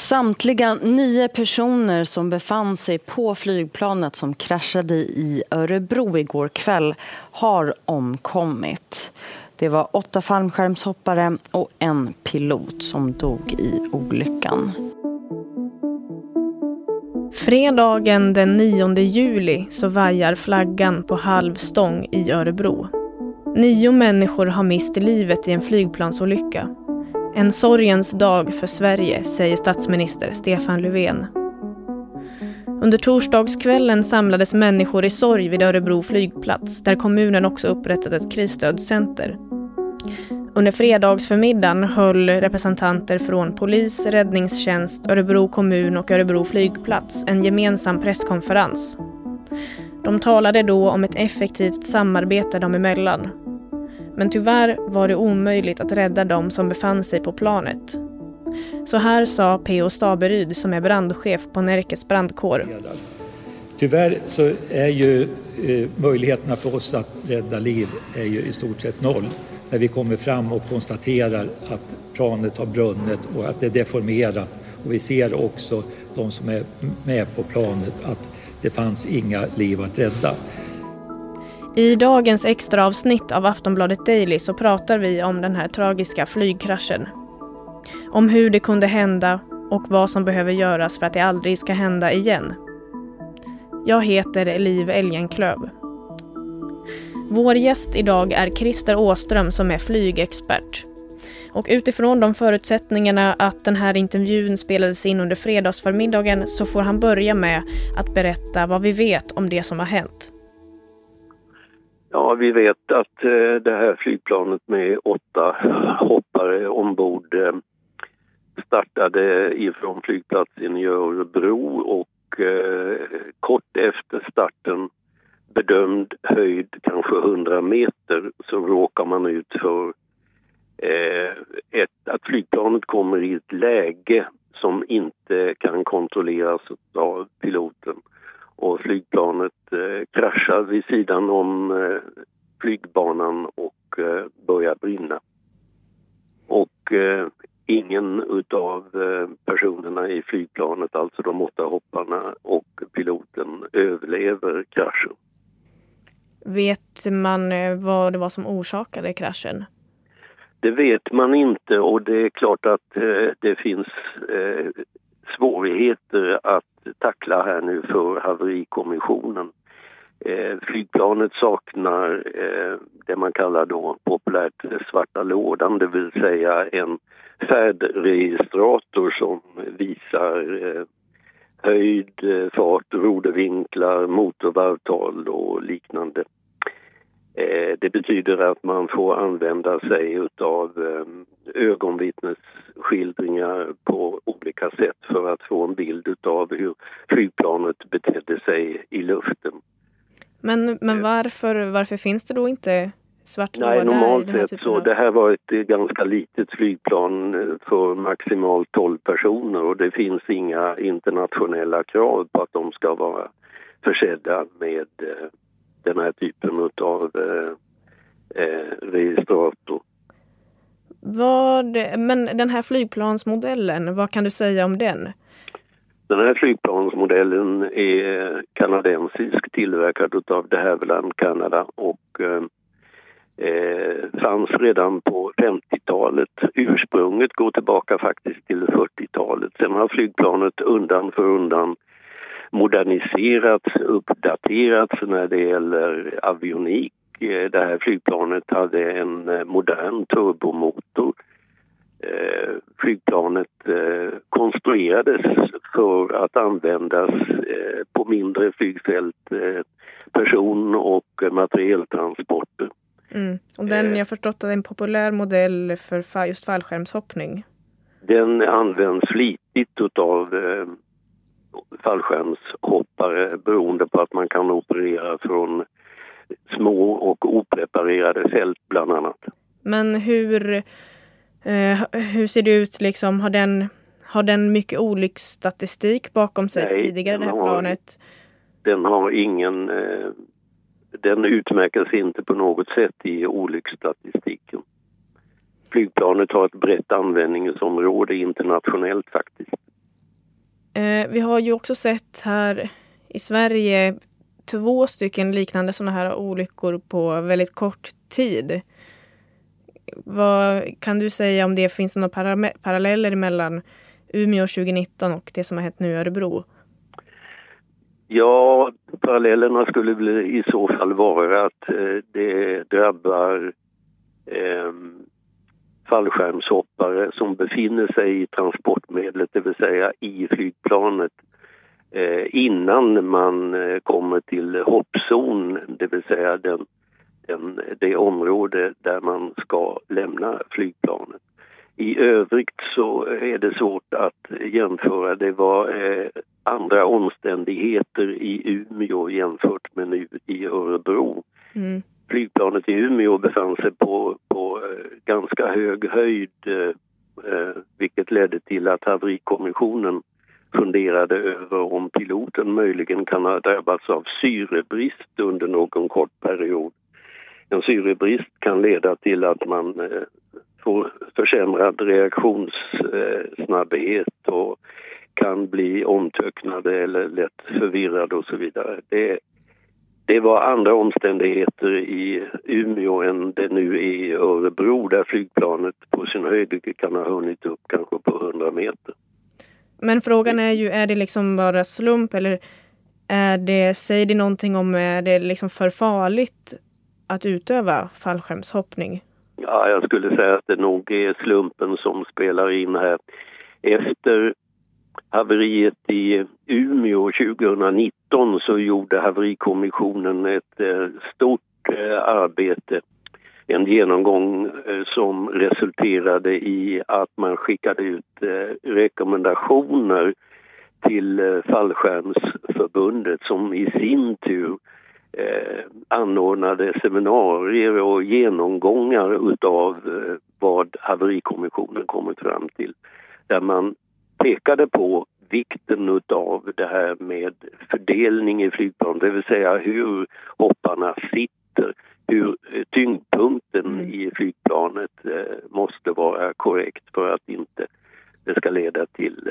Samtliga 9 personer som befann sig på flygplanet som kraschade i Örebro igår kväll har omkommit. Det var 8 fallskärmshoppare och 1 pilot som dog i olyckan. Fredagen den 9 juli så vajar flaggan på halv stång i Örebro. 9 människor har mist livet i en flygplansolycka. En sorgens dag för Sverige, säger statsminister Stefan Löfven. Under torsdagskvällen samlades människor i sorg vid Örebro flygplats, där kommunen också upprättat ett krisstödscenter. Under fredagsförmiddagen höll representanter från polis, räddningstjänst, Örebro kommun och Örebro flygplats en gemensam presskonferens. De talade då om ett effektivt samarbete dem emellan. Men tyvärr var det omöjligt att rädda dem som befann sig på planet. Så här sa P.O. Staberyd som är brandchef på Närkes brandkår. Tyvärr så är ju möjligheterna för oss att rädda liv är ju i stort sett noll. När vi kommer fram och konstaterar att planet har brunnit och att det är deformerat. Och vi ser också de som är med på planet att det fanns inga liv att rädda. I dagens extra avsnitt av Aftonbladet Daily så pratar vi om den här tragiska flygkraschen. Om hur det kunde hända och vad som behöver göras för att det aldrig ska hända igen. Jag heter Liv Elgenklöv. Vår gäst idag är Christer Åström som är flygexpert. Och utifrån de förutsättningarna att den här intervjun spelades in under fredagsförmiddagen så får han börja med att berätta vad vi vet om det som har hänt. Ja, vi vet att det här flygplanet med 8 hoppare ombord startade ifrån flygplatsen i Örebro och kort efter starten, bedömd höjd kanske 100 meter, så råkar man ut för att flygplanet kommer i ett läge som inte kan kontrolleras av piloten. Och flygplanet kraschar vid sidan om flygbanan och börjar brinna. Och ingen utav personerna i flygplanet, alltså de 8 hopparna och piloten, överlever kraschen. Vet man vad det var som orsakade kraschen? Det vet man inte, och det är klart att det finns svårigheter att tackla här nu för haverikommissionen. Flygplanet saknar det man kallar då populärt svarta lådan, det vill säga en färdregistrator som visar höjd, fart, rodervinklar, motorvarvtal och liknande. Det betyder att man får använda sig av ögonvittnesskildringar på olika sätt för att få en bild av hur flygplanet betedde sig i luften. Men varför finns det då inte svart låda? Nej, normalt sett så. Det här var ett ganska litet flygplan för maximalt 12 personer och det finns inga internationella krav på att de ska vara försedda med den här typen av registrator. Men den här flygplansmodellen, vad kan du säga om den? Den här flygplansmodellen är kanadensisk, tillverkad av de Havilland, Kanada, och fanns redan på 50-talet. Ursprunget går tillbaka faktiskt till 40-talet. Sen har flygplanet undan för undan moderniserats, uppdaterats när det gäller avionik. Det här flygplanet hade en modern turbomotor. Flygplanet konstruerades för att användas på mindre flygfält, person- och materieltransporter. Och jag har förstått att det är en populär modell för just fallskärmshoppning. Den används flitigt av fallskärmshoppare beroende på att man kan operera från små och opreparerade fält bland annat. Men hur ser det ut liksom? Har den mycket olycksstatistik bakom sig tidigare, det här planet? Den har ingen, den utmärker sig inte på något sätt i olycksstatistiken. Flygplanet har ett brett användningsområde internationellt faktiskt. Vi har ju också sett här i Sverige 2 stycken liknande sådana här olyckor på väldigt kort tid. Vad kan du säga om det finns några paralleller mellan Umeå 2019 och det som har hänt nu i Örebro? Ja, parallellerna skulle väl i så fall vara att det drabbar fallskärmshoppare som befinner sig i transportmedlet, det vill säga i flygplanet, innan man kommer till hoppzon, det vill säga det område där man ska lämna flygplanet. I övrigt så är det svårt att jämföra. Det var andra omständigheter i Umeå jämfört med nu i Örebro. Mm. Flygplanet i Umeå befann sig på ganska hög höjd, vilket ledde till att haverikommissionen funderade över om piloten möjligen kan ha drabbats av syrebrist under någon kort period. En syrebrist kan leda till att man får försämrad reaktionssnabbhet och kan bli omtöcknad eller lätt förvirrad och så vidare. Det var andra omständigheter i Umeå än det nu är i Örebro, där flygplanet på sin höjd kan ha hunnit upp kanske på 100 meter. Men frågan är ju, är det liksom bara slump eller säger det någonting om, är det liksom för farligt att utöva fallskärmshoppning? Ja, jag skulle säga att det nog är slumpen som spelar in här. Efter haveriet i Umeå 2019 så gjorde haverikommissionen ett stort arbete. En genomgång som resulterade i att man skickade ut rekommendationer till Fallskärmsförbundet som i sin tur anordnade seminarier och genomgångar utav vad haverikommissionen kommit fram till. Där man pekade på vikten utav det här med fördelning i flygplan, det vill säga hur hopparna sitter, hur tyngdpunkten i flygplanet måste vara korrekt för att inte det ska leda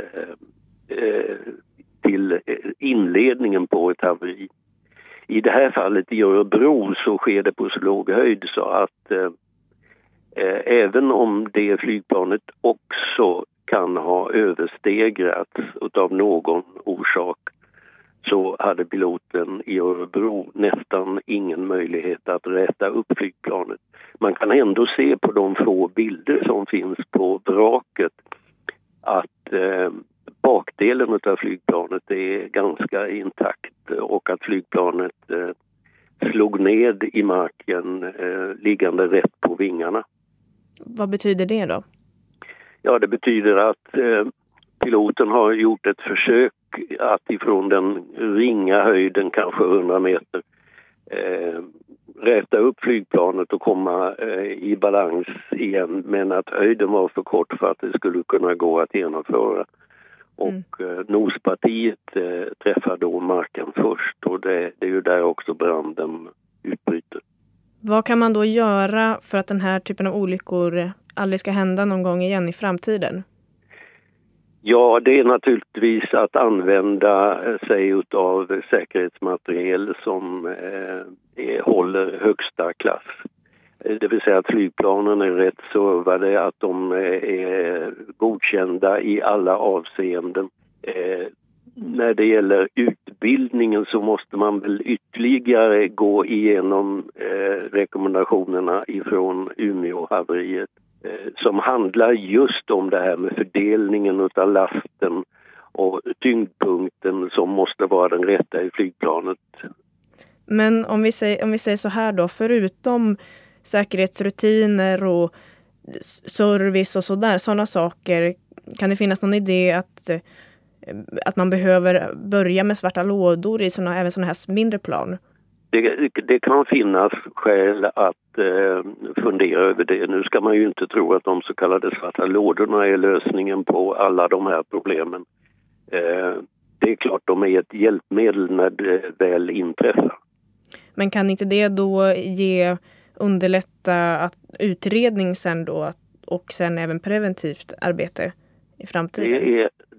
till inledningen på ett haveri. I det här fallet i Örebro så sker det på så låg höjd så att även om det flygplanet också kan ha överstegrats av någon orsak, så hade piloten i Örebro nästan ingen möjlighet att räta upp flygplanet. Man kan ändå se på de få bilder som finns på vraket att bakdelen av flygplanet är ganska intakt och att flygplanet slog ned i marken liggande rätt på vingarna. Vad betyder det då? Ja, det betyder att piloten har gjort ett försök att ifrån den ringa höjden, kanske 100 meter, räta upp flygplanet och komma i balans igen, men att höjden var för kort för att det skulle kunna gå att genomföra. Och nospartiet träffar då marken först, och det är ju där också branden utbryter. Vad kan man då göra för att den här typen av olyckor aldrig ska hända någon gång igen i framtiden? Ja, det är naturligtvis att använda sig av säkerhetsmaterial som håller högsta klass. Det vill säga att flygplanen är rätt servade, att de är godkända i alla avseenden. När det gäller utbildningen så måste man väl ytterligare gå igenom rekommendationerna ifrån Umeå-haveriet som handlar just om det här med fördelningen av lasten och tyngdpunkten som måste vara den rätta i flygplanet. Men om vi säger så här då, förutom säkerhetsrutiner och service och sådana saker, kan det finnas någon idé att man behöver börja med svarta lådor i även sådana här mindre plan? Det kan finnas skäl att fundera över det. Nu ska man ju inte tro att de så kallade svarta lådorna är lösningen på alla de här problemen. Det är klart de är ett hjälpmedel när det väl inträffar. Men kan inte det då underlätta att utredning sen då och sen även preventivt arbete i framtiden?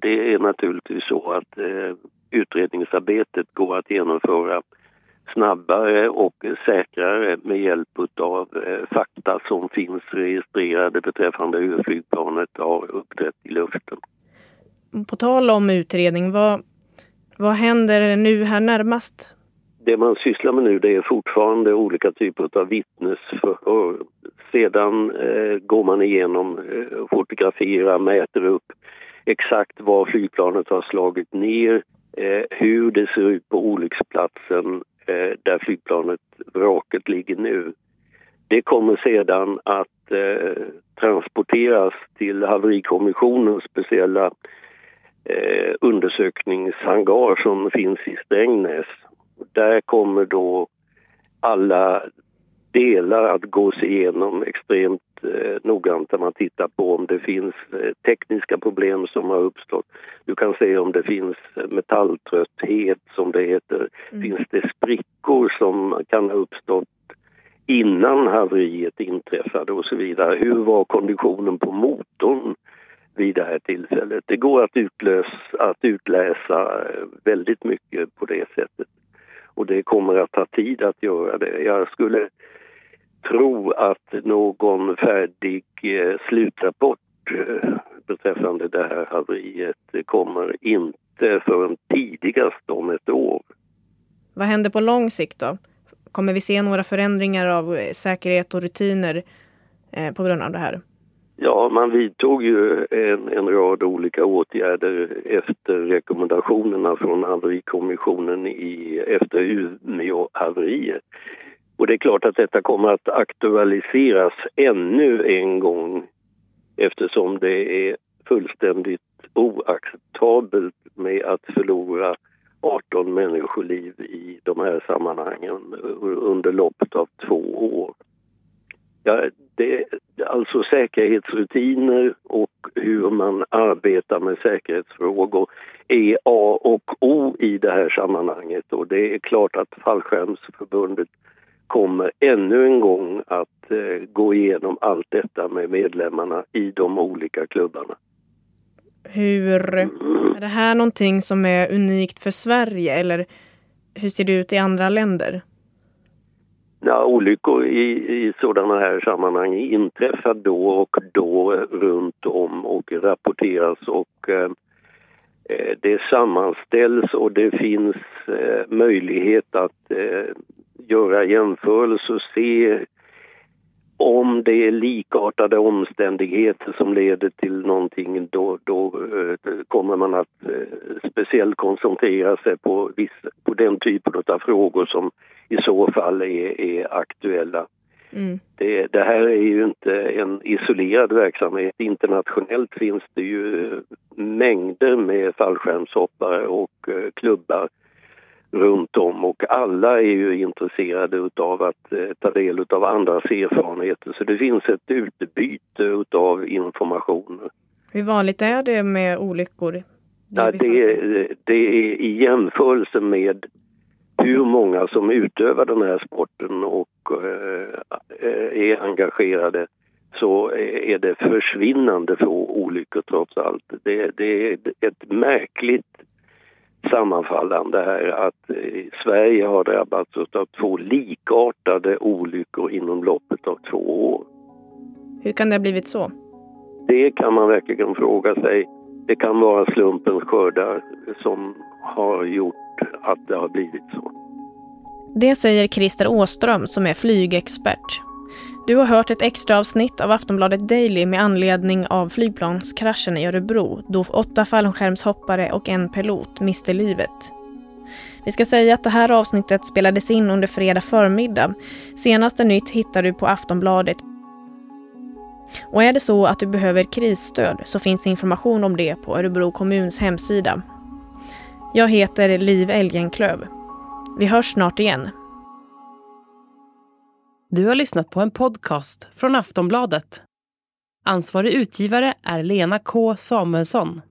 det är naturligtvis så att utredningsarbetet går att genomföra snabbare och säkrare med hjälp av fakta som finns registrerade beträffande hur flygplanet har uppträtt i luften. På tal om utredning, vad händer nu här närmast? Det man sysslar med nu, det är fortfarande olika typer av vittnesförhör. Sedan går man igenom, fotograferar, mäter upp exakt var flygplanet har slagit ner, hur det ser ut på olycksplatsen där vraket ligger nu. Det kommer sedan att transporteras till haverikommissionens speciella undersökningshangar som finns i Strängnäs. Där kommer då alla delar att gås igenom extremt noggrant där man tittar på om det finns tekniska problem som har uppstått. Du kan se om det finns metalltrötthet som det heter. Finns det sprickor som kan ha uppstått innan haveriet inträffade och så vidare. Hur var konditionen på motorn vid det här tillfället? Det går att utläsa väldigt mycket på det sättet. Och det kommer att ta tid att göra det. Jag skulle tro att någon färdig slutrapport beträffande det här haveriet kommer inte förrän tidigast om ett år. Vad händer på lång sikt då? Kommer vi se några förändringar av säkerhet och rutiner på grund av det här? Ja, man vidtog ju en rad olika åtgärder efter rekommendationerna från haverikommissionen efter Umeå-haveriet. Och det är klart att detta kommer att aktualiseras ännu en gång eftersom det är fullständigt oacceptabelt med att förlora 18 människoliv i de här sammanhangen under loppet av 2 år. Ja, alltså säkerhetsrutiner och hur man arbetar med säkerhetsfrågor är A och O i det här sammanhanget. Och det är klart att Fallskärmsförbundet kommer ännu en gång att gå igenom allt detta med medlemmarna i de olika klubbarna. Är det här någonting som är unikt för Sverige eller hur ser det ut i andra länder? Ja, olyckor i sådana här sammanhang inträffar då och då runt om och rapporteras och det sammanställs och det finns möjlighet att göra jämförelser och se om det är likartade omständigheter som leder till någonting då kommer man att speciellt koncentrera sig på den typen av frågor som i så fall är aktuella. Det här är ju inte en isolerad verksamhet. Internationellt finns det ju mängder med fallskärmshoppare och klubbar runt om och alla är ju intresserade av att ta del av andras erfarenheter. Så det finns ett utbyte av information. Hur vanligt är det med olyckor? Ja, det är i jämförelse med hur många som utövar den här sporten och är engagerade så är det försvinnande få olyckor trots allt. Det är ett märkligt sammanfallande här att Sverige har drabbats av 2 likartade olyckor inom loppet av 2 år. Hur kan det ha blivit så? Det kan man verkligen fråga sig. Det kan vara slumpens skördar som har gjort att det har blivit så. Det säger Christer Åström som är flygexpert. Du har hört ett extra avsnitt av Aftonbladet Daily med anledning av flygplanskraschen i Örebro då 8 fallskärmshoppare och en pilot miste livet. Vi ska säga att det här avsnittet spelades in under fredag förmiddag. Senaste nytt hittar du på Aftonbladet. Och är det så att du behöver krisstöd så finns information om det på Örebro kommuns hemsida. Jag heter Liv Elgenklöv. Vi hörs snart igen. Du har lyssnat på en podcast från Aftonbladet. Ansvarig utgivare är Lena K. Samuelsson.